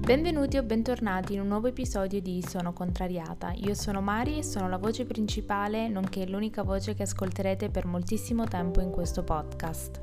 Benvenuti o bentornati in un nuovo episodio di Sono Contrariata. Io sono Mari e sono la voce principale, nonché l'unica voce che ascolterete per moltissimo tempo in questo podcast.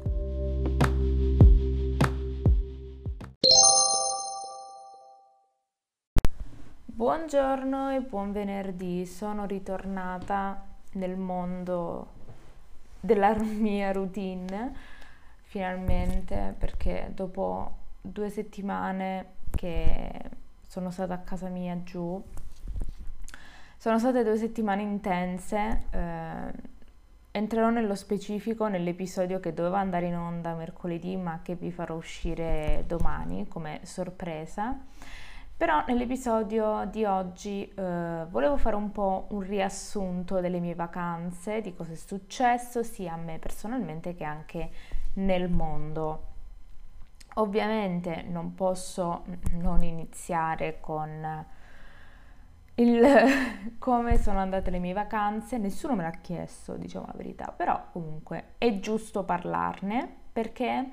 Buongiorno e buon venerdì, sono ritornata nel mondo della mia routine, finalmente, perché dopo 2 settimane che sono stata a casa mia giù, sono state 2 settimane intense, entrerò nello specifico nell'episodio che doveva andare in onda mercoledì ma che vi farò uscire domani come sorpresa. Però nell'episodio di oggi volevo fare un po' un riassunto delle mie vacanze, di cosa è successo sia a me personalmente che anche nel mondo. Ovviamente non posso non iniziare con come sono andate le mie vacanze, nessuno me l'ha chiesto, diciamo la verità, però comunque è giusto parlarne perché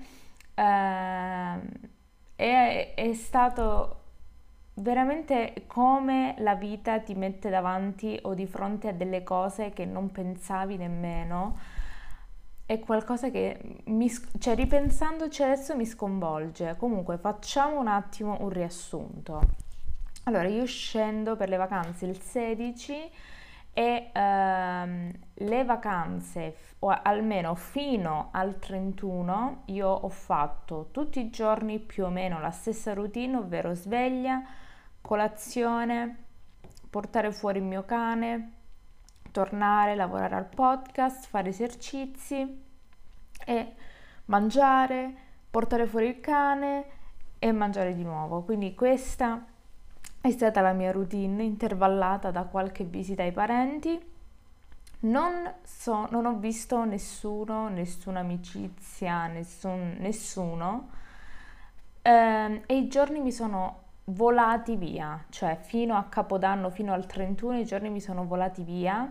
è stato veramente come la vita ti mette davanti o di fronte a delle cose che non pensavi nemmeno. È qualcosa che cioè ripensandoci adesso mi sconvolge. Comunque facciamo un attimo un riassunto. Allora, io scendo per le vacanze il 16 e le vacanze, o almeno fino al 31, io ho fatto tutti i giorni più o meno la stessa routine, ovvero sveglia, colazione, portare fuori il mio cane, tornare, lavorare al podcast, fare esercizi e mangiare, portare fuori il cane e mangiare di nuovo. Quindi questa è stata la mia routine, intervallata da qualche visita ai parenti. Non ho visto nessuno, nessuna amicizia, nessuno. E i giorni mi sono volati via, cioè fino a Capodanno, fino al 31 i giorni mi sono volati via.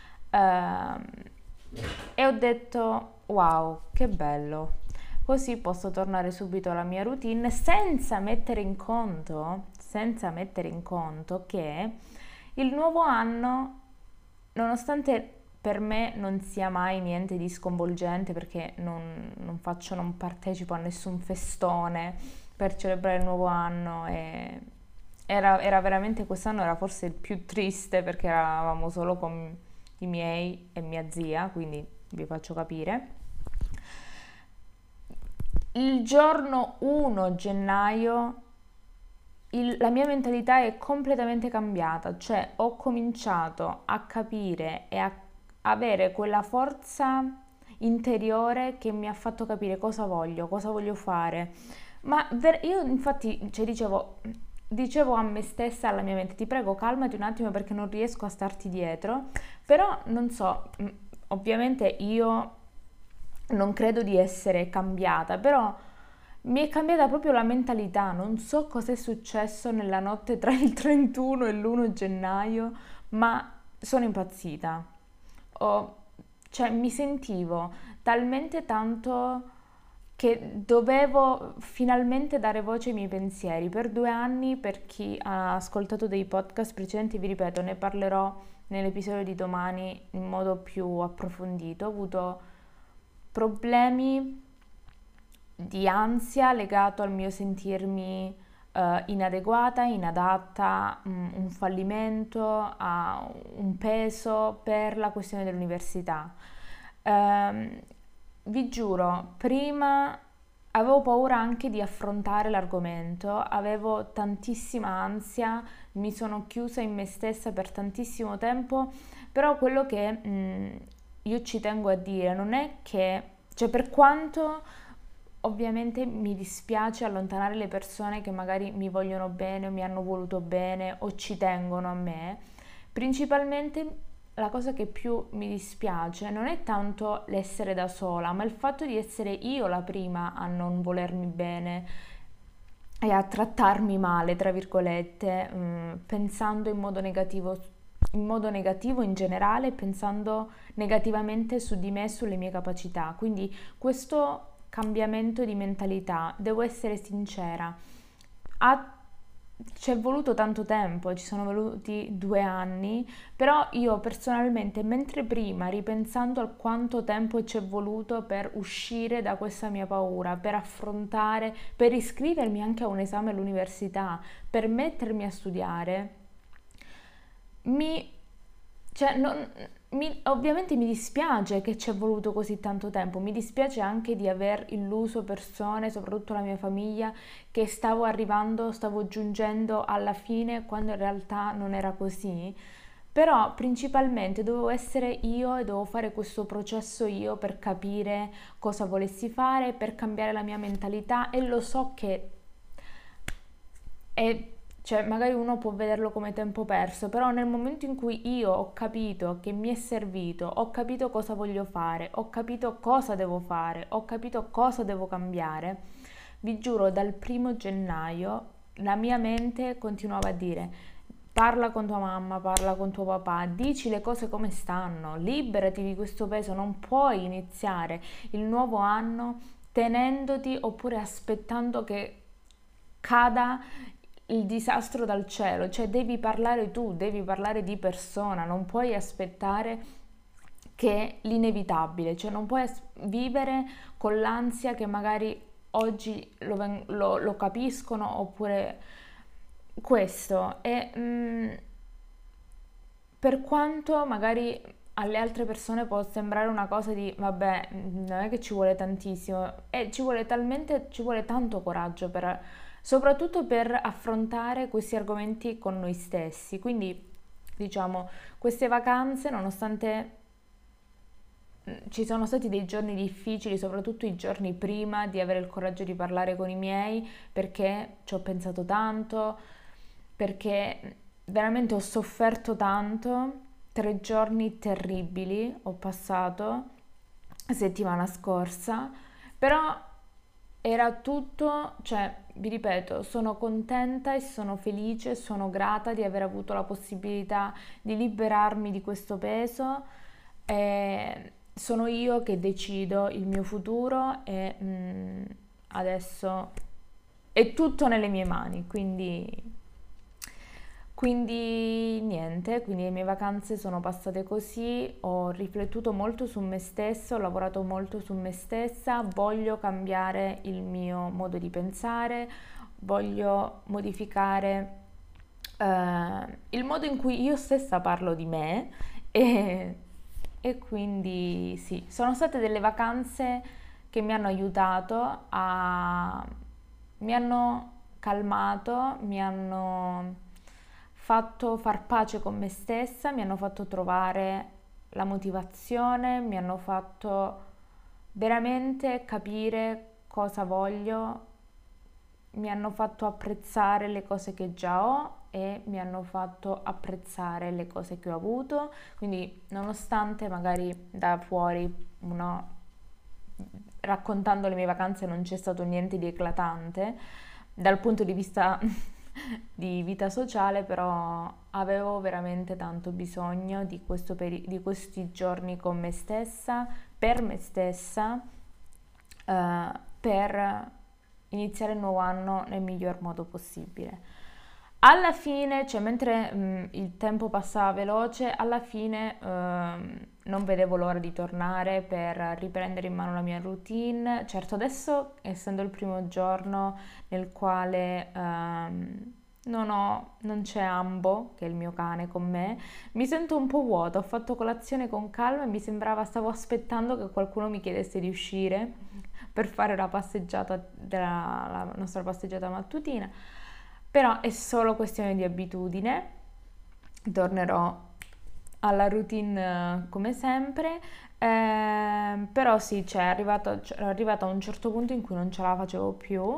E ho detto wow, che bello, così posso tornare subito alla mia routine senza mettere in conto che il nuovo anno, nonostante per me non sia mai niente di sconvolgente, perché non partecipo a nessun festone per celebrare il nuovo anno, e era veramente, quest'anno era forse il più triste perché eravamo solo con i miei e mia zia, quindi vi faccio capire. Il giorno 1 gennaio la mia mentalità è completamente cambiata, cioè ho cominciato a capire e a avere quella forza interiore che mi ha fatto capire cosa voglio fare. Ma io infatti, cioè, dicevo a me stessa, alla mia mente, ti prego calmati un attimo perché non riesco a starti dietro, però non so, ovviamente io non credo di essere cambiata, però mi è cambiata proprio la mentalità, non so cosa è successo nella notte tra il 31 e l'1 gennaio, ma sono impazzita. Cioè mi sentivo talmente tanto che dovevo finalmente dare voce ai miei pensieri. Per 2 anni, per chi ha ascoltato dei podcast precedenti, vi ripeto, ne parlerò nell'episodio di domani in modo più approfondito, ho avuto problemi di ansia legato al mio sentirmi inadeguata, inadatta, un fallimento, a un peso per la questione dell'università. Vi giuro, prima avevo paura anche di affrontare l'argomento, avevo tantissima ansia, mi sono chiusa in me stessa per tantissimo tempo, però quello che io ci tengo a dire non è che, cioè, per quanto ovviamente mi dispiace allontanare le persone che magari mi vogliono bene o mi hanno voluto bene o ci tengono a me, principalmente la cosa che più mi dispiace non è tanto l'essere da sola, ma il fatto di essere io la prima a non volermi bene e a trattarmi male, tra virgolette, pensando in modo negativo in generale, pensando negativamente su di me e sulle mie capacità. Quindi questo cambiamento di mentalità, devo essere sincera, ha ci è voluto tanto tempo, ci sono voluti 2 anni, però io personalmente, mentre prima, ripensando al quanto tempo ci è voluto per uscire da questa mia paura, per affrontare, per iscrivermi anche a un esame all'università, per mettermi a studiare, mi, cioè, ovviamente mi dispiace che ci è voluto così tanto tempo, mi dispiace anche di aver illuso persone, soprattutto la mia famiglia, che stavo arrivando, stavo giungendo alla fine quando in realtà non era così. Però principalmente dovevo essere io e dovevo fare questo processo io per capire cosa volessi fare, per cambiare la mia mentalità e lo so che è, cioè, magari uno può vederlo come tempo perso, però nel momento in cui io ho capito che mi è servito, ho capito cosa voglio fare, ho capito cosa devo fare, ho capito cosa devo cambiare, vi giuro, dal 1° gennaio la mia mente continuava a dire: parla con tua mamma, parla con tuo papà, dici le cose come stanno, liberati di questo peso, non puoi iniziare il nuovo anno tenendoti oppure aspettando che cada il disastro dal cielo, cioè devi parlare tu, devi parlare di persona, non puoi aspettare che l'inevitabile, cioè non puoi vivere con l'ansia che magari oggi lo capiscono oppure questo. E per quanto magari alle altre persone può sembrare una cosa di vabbè, non è che ci vuole tantissimo, e ci vuole tanto coraggio per, soprattutto per affrontare questi argomenti con noi stessi. Quindi, diciamo, queste vacanze, nonostante ci sono stati dei giorni difficili, soprattutto i giorni prima di avere il coraggio di parlare con i miei, perché ci ho pensato tanto, perché veramente ho sofferto tanto. 3 giorni terribili ho passato settimana scorsa, però era tutto, cioè, vi ripeto, sono contenta e sono felice, sono grata di aver avuto la possibilità di liberarmi di questo peso. E sono io che decido il mio futuro e adesso è tutto nelle mie mani, quindi niente, quindi le mie vacanze sono passate così, ho riflettuto molto su me stessa, ho lavorato molto su me stessa, voglio cambiare il mio modo di pensare, voglio modificare il modo in cui io stessa parlo di me e, e quindi sì, sono state delle vacanze che mi hanno aiutato mi hanno calmato, mi hanno fatto far pace con me stessa, mi hanno fatto trovare la motivazione, mi hanno fatto veramente capire cosa voglio, mi hanno fatto apprezzare le cose che già ho e mi hanno fatto apprezzare le cose che ho avuto. Quindi, nonostante magari da fuori uno raccontando le mie vacanze non c'è stato niente di eclatante dal punto di vista di vita sociale, però avevo veramente tanto bisogno di di questi giorni con me stessa, per iniziare il nuovo anno nel miglior modo possibile. Alla fine, cioè mentre il tempo passava veloce, alla fine non vedevo l'ora di tornare per riprendere in mano la mia routine. Certo, adesso, essendo il 1° giorno nel quale non c'è Ambo, che è il mio cane, con me, mi sento un po' vuota. Ho fatto colazione con calma e mi sembrava, stavo aspettando che qualcuno mi chiedesse di uscire per fare la passeggiata la nostra passeggiata mattutina. Però è solo questione di abitudine, tornerò alla routine come sempre, però sì, cioè, è arrivato a un certo punto in cui non ce la facevo più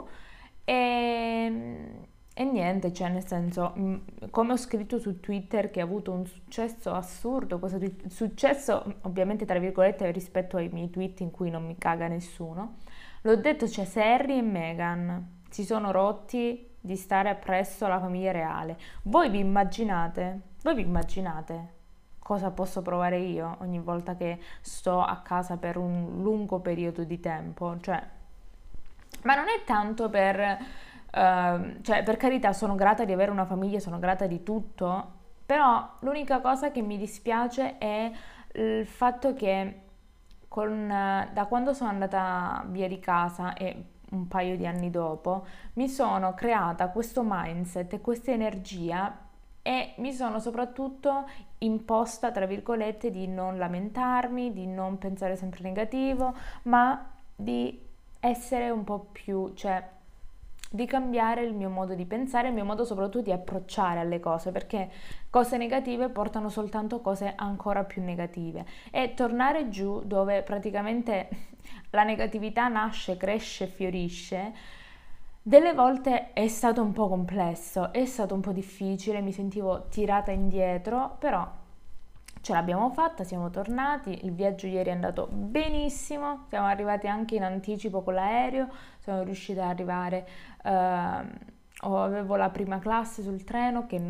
e niente, cioè nel senso, come ho scritto su Twitter che ha avuto un successo assurdo, questo successo ovviamente tra virgolette rispetto ai miei tweet in cui non mi caga nessuno, l'ho detto, cioè se Harry e Meghan si sono rotti di stare appresso alla famiglia reale, voi vi immaginate cosa posso provare io ogni volta che sto a casa per un lungo periodo di tempo? Cioè, ma non è tanto per cioè per carità sono grata di avere una famiglia, sono grata di tutto, però l'unica cosa che mi dispiace è il fatto che da quando sono andata via di casa e un paio di anni dopo, mi sono creata questo mindset e questa energia e mi sono soprattutto imposta, tra virgolette, di non lamentarmi, di non pensare sempre negativo, ma di essere un po' più, cioè di cambiare il mio modo di pensare, il mio modo soprattutto di approcciare alle cose, perché cose negative portano soltanto cose ancora più negative e tornare giù dove praticamente la negatività nasce, cresce, fiorisce, delle volte è stato un po' complesso, è stato un po' difficile, mi sentivo tirata indietro, però ce l'abbiamo fatta, siamo tornati, il viaggio ieri è andato benissimo, siamo arrivati anche in anticipo con l'aereo, siamo riusciti ad arrivare, avevo la prima classe sul treno che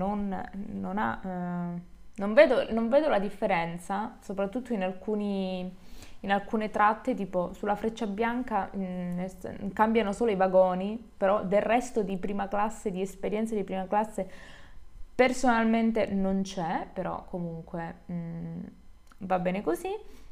non vedo la differenza, soprattutto in alcune tratte, tipo sulla Freccia Bianca cambiano solo i vagoni, però del resto di prima classe, di esperienze di prima classe, personalmente non c'è, però comunque va bene così.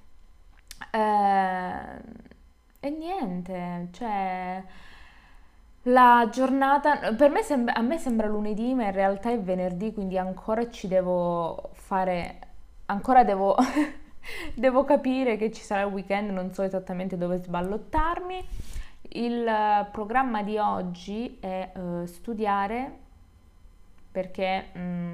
E niente, cioè la giornata per me a me sembra lunedì, ma in realtà è venerdì, quindi ancora ci devo fare, ancora devo, devo capire che ci sarà il weekend, non so esattamente dove sballottarmi. Il programma di oggi è studiare perché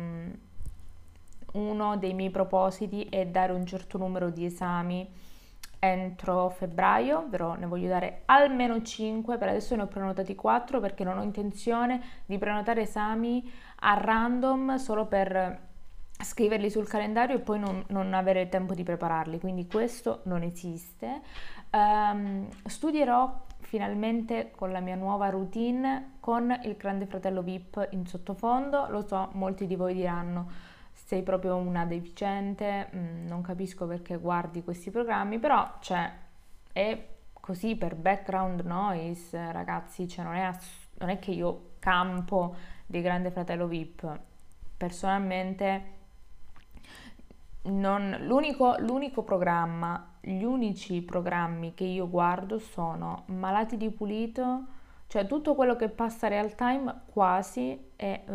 uno dei miei propositi è dare un certo numero di esami entro febbraio, però ne voglio dare almeno 5, per adesso ne ho prenotati 4 perché non ho intenzione di prenotare esami a random solo per scriverli sul calendario e poi non avere tempo di prepararli, quindi questo non esiste. Studierò finalmente con la mia nuova routine con il Grande Fratello VIP in sottofondo. Lo so, molti di voi diranno sei proprio una deficiente, non capisco perché guardi questi programmi, però cioè, è così per background noise, ragazzi, cioè non è che io campo di Grande Fratello VIP. Personalmente l'unico programma, gli unici programmi che io guardo sono Malati di Pulito, cioè tutto quello che passa real time quasi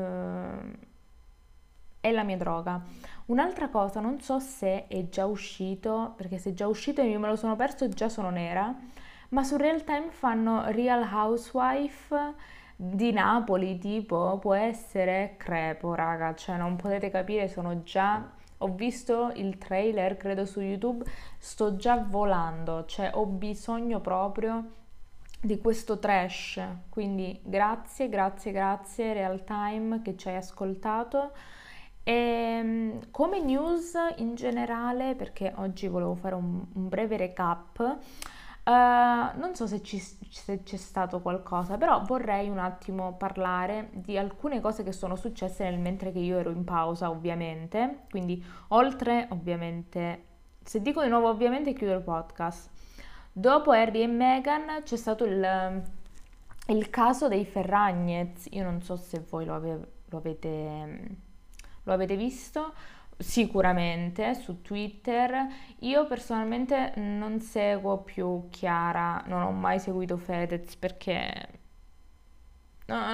è la mia droga. Un'altra cosa, non so se è già uscito, perché se è già uscito e io me lo sono perso, già sono nera, ma su Real Time fanno Real Housewife di Napoli, tipo, può essere crepo, raga, cioè non potete capire, sono già... Ho visto il trailer, credo su YouTube, sto già volando, cioè ho bisogno proprio di questo trash, quindi grazie, grazie, grazie Real Time che ci hai ascoltato. E, come news in generale, perché oggi volevo fare un breve recap, non so se c'è stato qualcosa, però vorrei un attimo parlare di alcune cose che sono successe nel mentre che io ero in pausa, ovviamente. Quindi, oltre, ovviamente, se dico di nuovo, ovviamente chiudo il podcast. Dopo Harry e Meghan c'è stato il caso dei Ferragnez. Io non so se voi lo avete visto. Sicuramente su Twitter. Io personalmente non seguo più Chiara, non ho mai seguito Fedez perché no,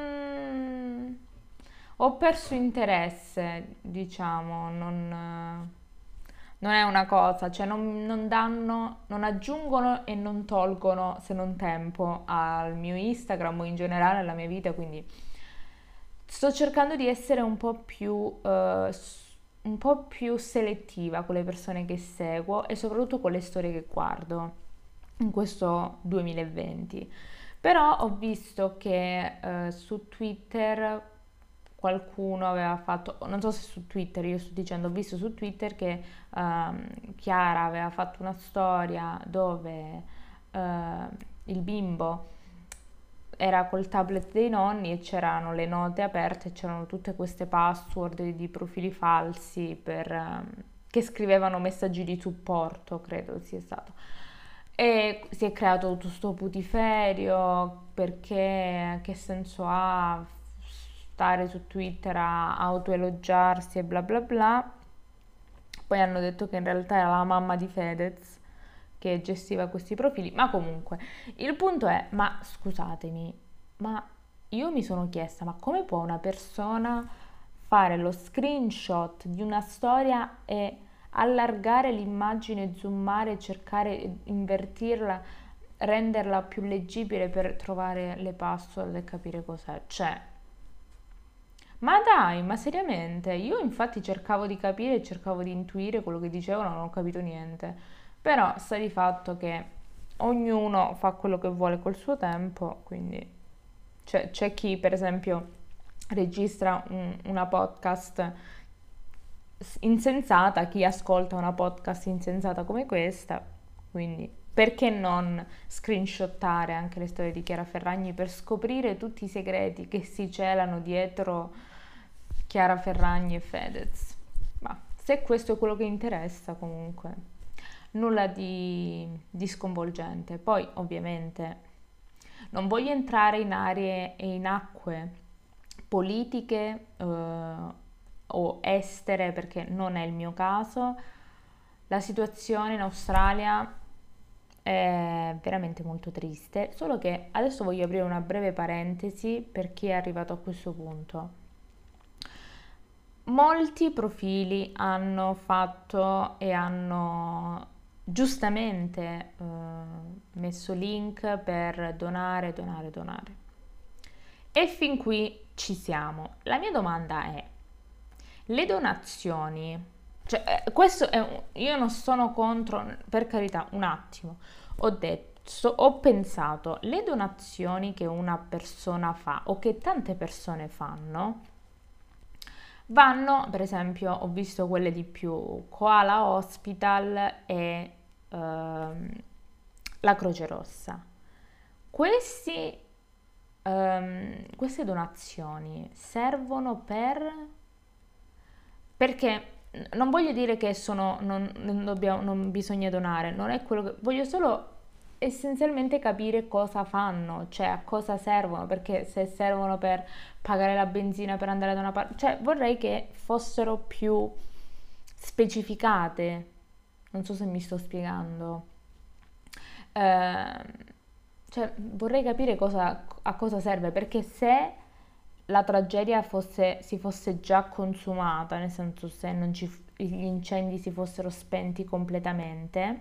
ho perso interesse, diciamo, non è una cosa, cioè non danno, non aggiungono e non tolgono se non tempo al mio Instagram o in generale alla mia vita, quindi sto cercando di essere un po' più selettiva con le persone che seguo e soprattutto con le storie che guardo in questo 2020. Però ho visto che su Twitter qualcuno aveva fatto, non so se su Twitter, io sto dicendo, ho visto su Twitter che Chiara aveva fatto una storia dove il bimbo era col tablet dei nonni e c'erano le note aperte, c'erano tutte queste password di profili falsi che scrivevano messaggi di supporto, credo sia stato. E si è creato tutto sto putiferio perché che senso ha stare su Twitter a autoelogiarsi e bla bla bla. Poi hanno detto che in realtà era la mamma di Fedez che gestiva questi profili, ma comunque il punto è, ma scusatemi, ma io mi sono chiesta, ma come può una persona fare lo screenshot di una storia e allargare l'immagine, zoomare, cercare di invertirla, renderla più leggibile per trovare le password e capire cos'è? Cioè, ma dai, ma seriamente? Io infatti cercavo di capire, cercavo di intuire quello che dicevano, non ho capito niente. Però sta di fatto che ognuno fa quello che vuole col suo tempo, quindi c'è chi per esempio registra una podcast insensata, chi ascolta una podcast insensata come questa, quindi perché non screenshottare anche le storie di Chiara Ferragni per scoprire tutti i segreti che si celano dietro Chiara Ferragni e Fedez? Ma se questo è quello che interessa comunque, nulla di sconvolgente. Poi ovviamente non voglio entrare in aree e in acque politiche o estere perché non è il mio caso. La situazione in Australia è veramente molto triste, solo che adesso voglio aprire una breve parentesi per chi è arrivato a questo punto. Molti profili hanno fatto e hanno giustamente messo link per donare, donare, donare. E fin qui ci siamo. La mia domanda è, le donazioni, cioè questo è, io non sono contro, per carità, un attimo, ho detto, ho pensato, le donazioni che una persona fa o che tante persone fanno, vanno, per esempio, ho visto quelle di più Koala Hospital e la Croce Rossa. Queste donazioni servono perché non voglio dire che non bisogna donare, non è quello che voglio solo essenzialmente capire cosa fanno, cioè a cosa servono, perché se servono per pagare la benzina per andare da una parte, cioè vorrei che fossero più specificate. Non so se mi sto spiegando. Eh, cioè, vorrei capire a cosa serve, perché se la tragedia si fosse già consumata, nel senso se non gli incendi si fossero spenti completamente,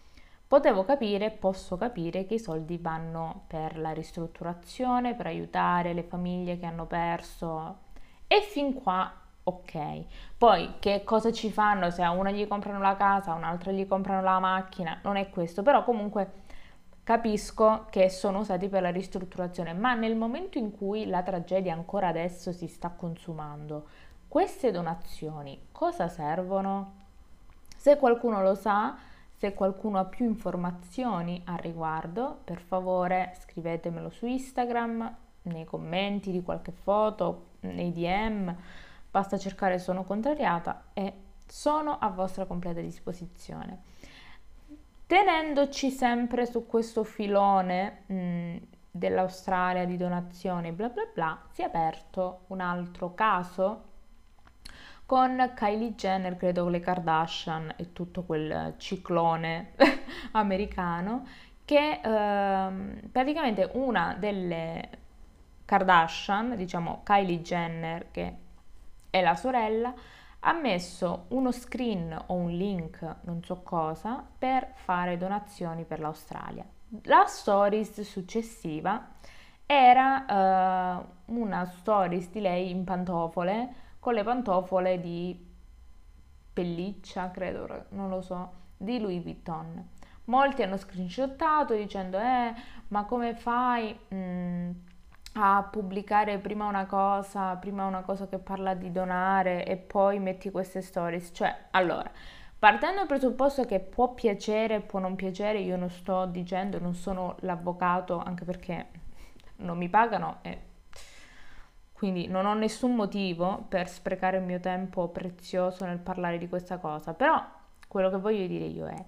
posso capire che i soldi vanno per la ristrutturazione, per aiutare le famiglie che hanno perso e fin qua ok. Poi che cosa ci fanno se a una gli comprano la casa, a un'altra gli comprano la macchina, non è questo, però comunque capisco che sono usati per la ristrutturazione, ma nel momento in cui la tragedia ancora adesso si sta consumando, queste donazioni cosa servono? Se qualcuno lo sa, se qualcuno ha più informazioni al riguardo, per favore scrivetemelo su Instagram, nei commenti di qualche foto, nei DM, basta cercare Sono Contrariata e sono a vostra completa disposizione. Tenendoci sempre su questo filone dell'Australia di donazioni bla bla bla, si è aperto un altro caso con Kylie Jenner, credo le Kardashian e tutto quel ciclone americano che praticamente una delle Kardashian, diciamo Kylie Jenner che è la sorella, ha messo uno screen o un link, non so cosa, per fare donazioni per l'Australia. La stories successiva era una stories di lei in pantofole, con le pantofole di pelliccia, credo, non lo so, di Louis Vuitton. Molti hanno screenshottato dicendo, ma come fai a pubblicare prima una cosa che parla di donare e poi metti queste stories? Cioè, allora, partendo dal presupposto che può piacere, può non piacere, io non sto dicendo, non sono l'avvocato, anche perché non mi pagano e quindi non ho nessun motivo per sprecare il mio tempo prezioso nel parlare di questa cosa, però quello che voglio dire io è,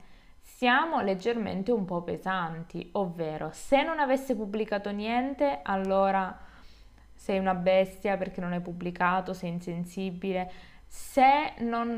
siamo leggermente un po' pesanti, ovvero se non avesse pubblicato niente, allora sei una bestia perché non hai pubblicato, sei insensibile. Se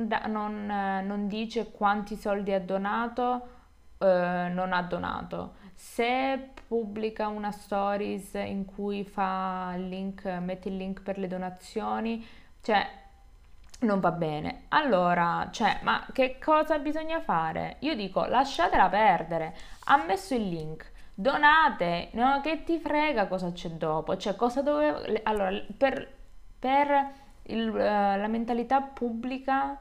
non dice quanti soldi ha donato, non ha donato. Se pubblica una stories in cui fa il link, mette il link per le donazioni, cioè non va bene. Allora, cioè, ma che cosa bisogna fare? Io dico, lasciatela perdere. Ha messo il link. Donate, no? Che ti frega cosa c'è dopo? Cioè, cosa dove... Allora, per la mentalità pubblica,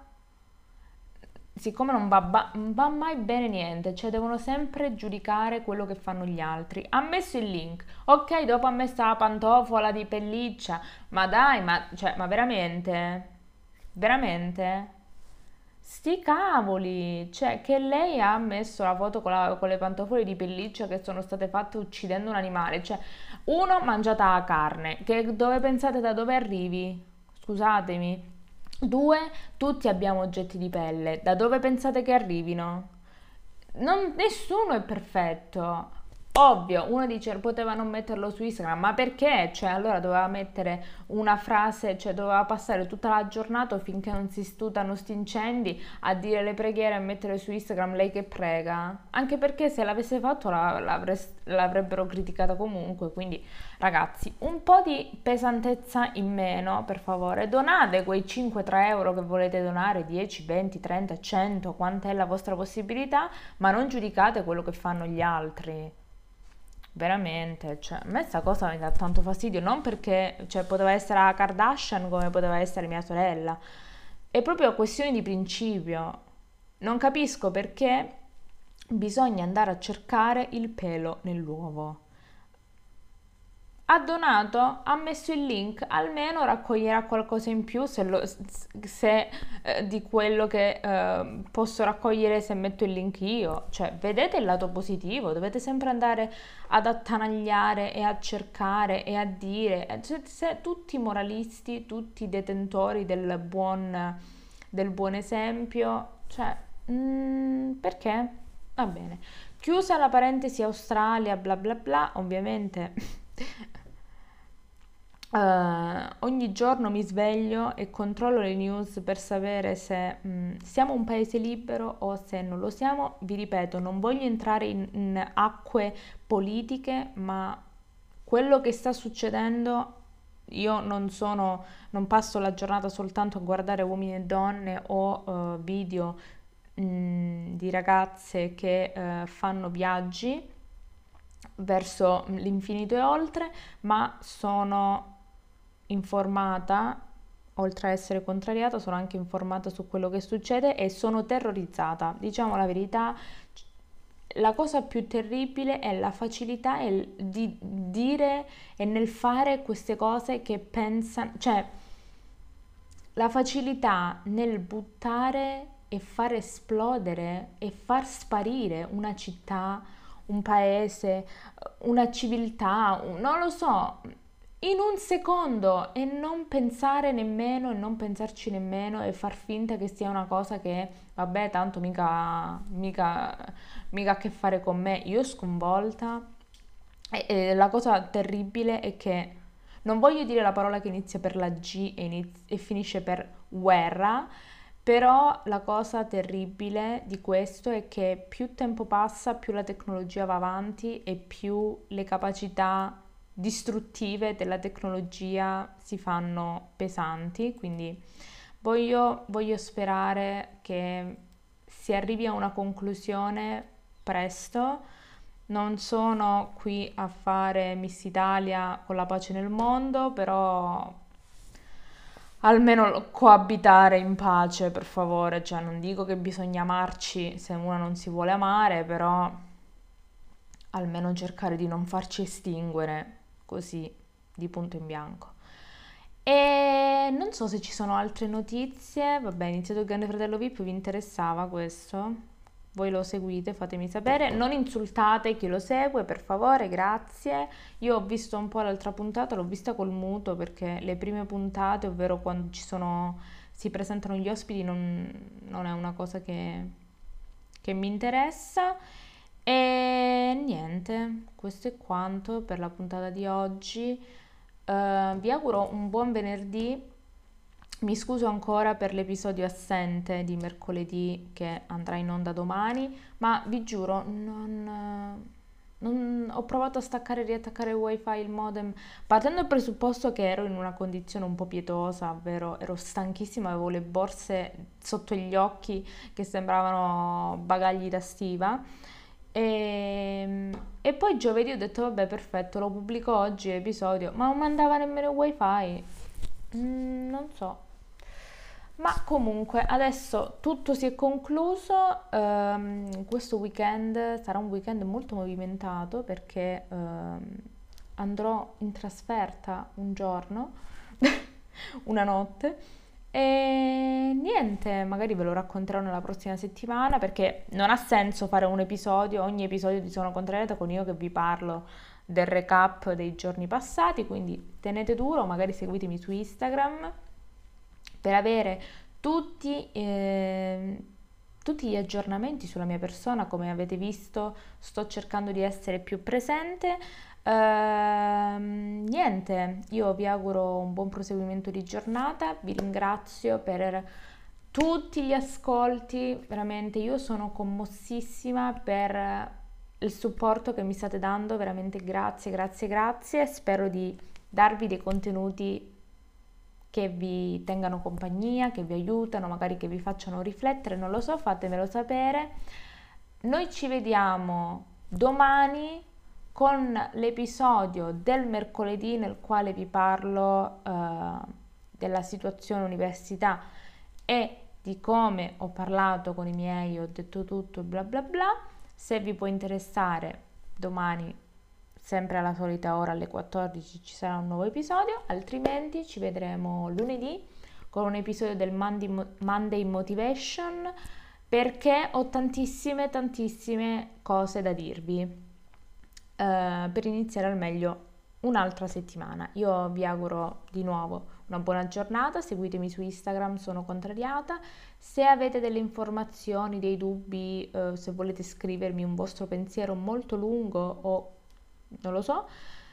siccome non va mai bene niente, cioè devono sempre giudicare quello che fanno gli altri. Ha messo il link, ok, dopo ha messo la pantofola di pelliccia, ma dai, cioè, ma veramente? Veramente? Sti cavoli! Cioè, che lei ha messo la foto con le pantofole di pelliccia che sono state fatte uccidendo un animale. Cioè, uno, mangiata la carne, che dove pensate da dove arrivi? Scusatemi. Due, tutti abbiamo oggetti di pelle. Da dove pensate che arrivino? Nessuno è perfetto. Ovvio, uno dice poteva non metterlo su Instagram, ma perché? Cioè, allora doveva mettere una frase, cioè doveva passare tutta la giornata finché non si stutano sti incendi a dire le preghiere e mettere su Instagram lei che prega. Anche perché se l'avesse fatto l'avrebbero criticata comunque, quindi ragazzi, un po' di pesantezza in meno, per favore. Donate quei 5-3 euro che volete donare, 10, 20, 30, 100, quanta è la vostra possibilità, ma non giudicate quello che fanno gli altri. Veramente, cioè, a me sta cosa mi dà tanto fastidio, non perché, cioè, poteva essere la Kardashian come poteva essere mia sorella. È proprio questione di principio. Non capisco perché bisogna andare a cercare il pelo nell'uovo. Ha donato, ha messo il link, almeno raccoglierà qualcosa in più di quello che posso raccogliere se metto il link io. Cioè, vedete il lato positivo, dovete sempre andare ad attanagliare e a cercare e a dire. Se tutti i moralisti, tutti i detentori del buon esempio, cioè, perché? Va bene. Chiusa la parentesi Australia, bla bla bla, ovviamente. Ogni giorno mi sveglio e controllo le news per sapere se siamo un paese libero o se non lo siamo. Vi ripeto, non voglio entrare in acque politiche, ma quello che sta succedendo, io non passo la giornata soltanto a guardare uomini e donne o video di ragazze che fanno viaggi verso l'infinito e oltre, ma sono informata, oltre a essere contrariata, sono anche informata su quello che succede e sono terrorizzata. Diciamo la verità, la cosa più terribile è la facilità di dire e nel fare queste cose che pensano, cioè la facilità nel buttare e far esplodere e far sparire una città, un paese, una civiltà, non lo so, in un secondo e non pensare nemmeno e non pensarci nemmeno e far finta che sia una cosa che, vabbè, tanto mica ha a che fare con me. Io sconvolta e la cosa terribile è che non voglio dire la parola che inizia per la G e finisce per guerra, però la cosa terribile di questo è che più tempo passa, più la tecnologia va avanti e più le capacità distruttive della tecnologia si fanno pesanti. Quindi voglio sperare che si arrivi a una conclusione presto. Non sono qui a fare Miss Italia con la pace nel mondo, però almeno coabitare in pace, per favore. Cioè, non dico che bisogna amarci se una non si vuole amare, però almeno cercare di non farci estinguere così di punto in bianco. E non so se ci sono altre notizie. Vabbè, è iniziato il Grande Fratello VIP, vi interessava questo? Voi lo seguite, fatemi sapere. Non insultate chi lo segue, per favore, grazie. Io ho visto un po' l'altra puntata, l'ho vista col muto perché le prime puntate, ovvero quando si presentano gli ospiti, non è una cosa che che mi interessa. E niente, questo è quanto per la puntata di oggi. Vi auguro un buon venerdì. Mi scuso ancora per l'episodio assente di mercoledì che andrà in onda domani, ma vi giuro, ho provato a staccare e riattaccare il wifi, il modem, partendo dal presupposto che ero in una condizione un po' pietosa, ovvero ero stanchissima, avevo le borse sotto gli occhi che sembravano bagagli da stiva. E poi giovedì ho detto vabbè perfetto, lo pubblico oggi l'episodio, ma non mandava nemmeno il wifi. Non so. Ma comunque adesso tutto si è concluso, questo weekend sarà un weekend molto movimentato perché andrò in trasferta un giorno, una notte e niente, magari ve lo racconterò nella prossima settimana perché non ha senso fare un episodio, ogni episodio di Sono Contrariata con io che vi parlo del recap dei giorni passati, quindi tenete duro, magari seguitemi su Instagram per avere tutti gli aggiornamenti sulla mia persona. Come avete visto, sto cercando di essere più presente. Niente, io vi auguro un buon proseguimento di giornata, vi ringrazio per tutti gli ascolti, veramente io sono commossissima per il supporto che mi state dando, veramente grazie, grazie, grazie. Spero di darvi dei contenuti che vi tengano compagnia, che vi aiutano, magari che vi facciano riflettere, non lo so, fatemelo sapere. Noi ci vediamo domani con l'episodio del mercoledì nel quale vi parlo della situazione università e di come ho parlato con i miei, ho detto tutto, bla bla bla. Se vi può interessare, domani sempre alla solita ora alle 14 ci sarà un nuovo episodio, altrimenti ci vedremo lunedì con un episodio del Monday Motivation perché ho tantissime cose da dirvi per iniziare al meglio un'altra settimana. Io vi auguro di nuovo una buona giornata, seguitemi su Instagram, sono contrariata. Se avete delle informazioni, dei dubbi, se volete scrivermi un vostro pensiero molto lungo o non lo so,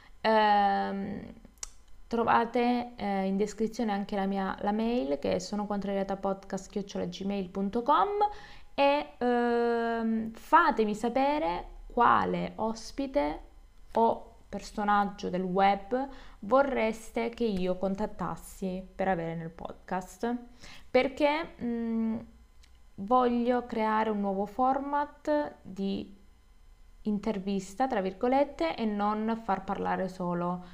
trovate in descrizione anche la mail che è sonocontrariatapodcast@gmail.com e fatemi sapere quale ospite o personaggio del web vorreste che io contattassi per avere nel podcast, perché voglio creare un nuovo format di intervista, tra virgolette, e non far parlare solo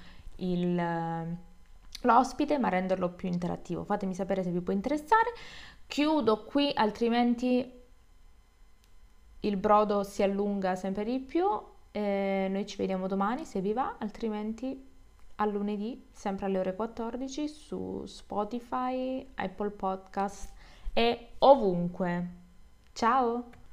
l'ospite, ma renderlo più interattivo. Fatemi sapere se vi può interessare. Chiudo qui, altrimenti il brodo si allunga sempre di più. Noi ci vediamo domani se vi va, altrimenti a lunedì, sempre alle ore 14 su Spotify, Apple Podcast e ovunque. Ciao!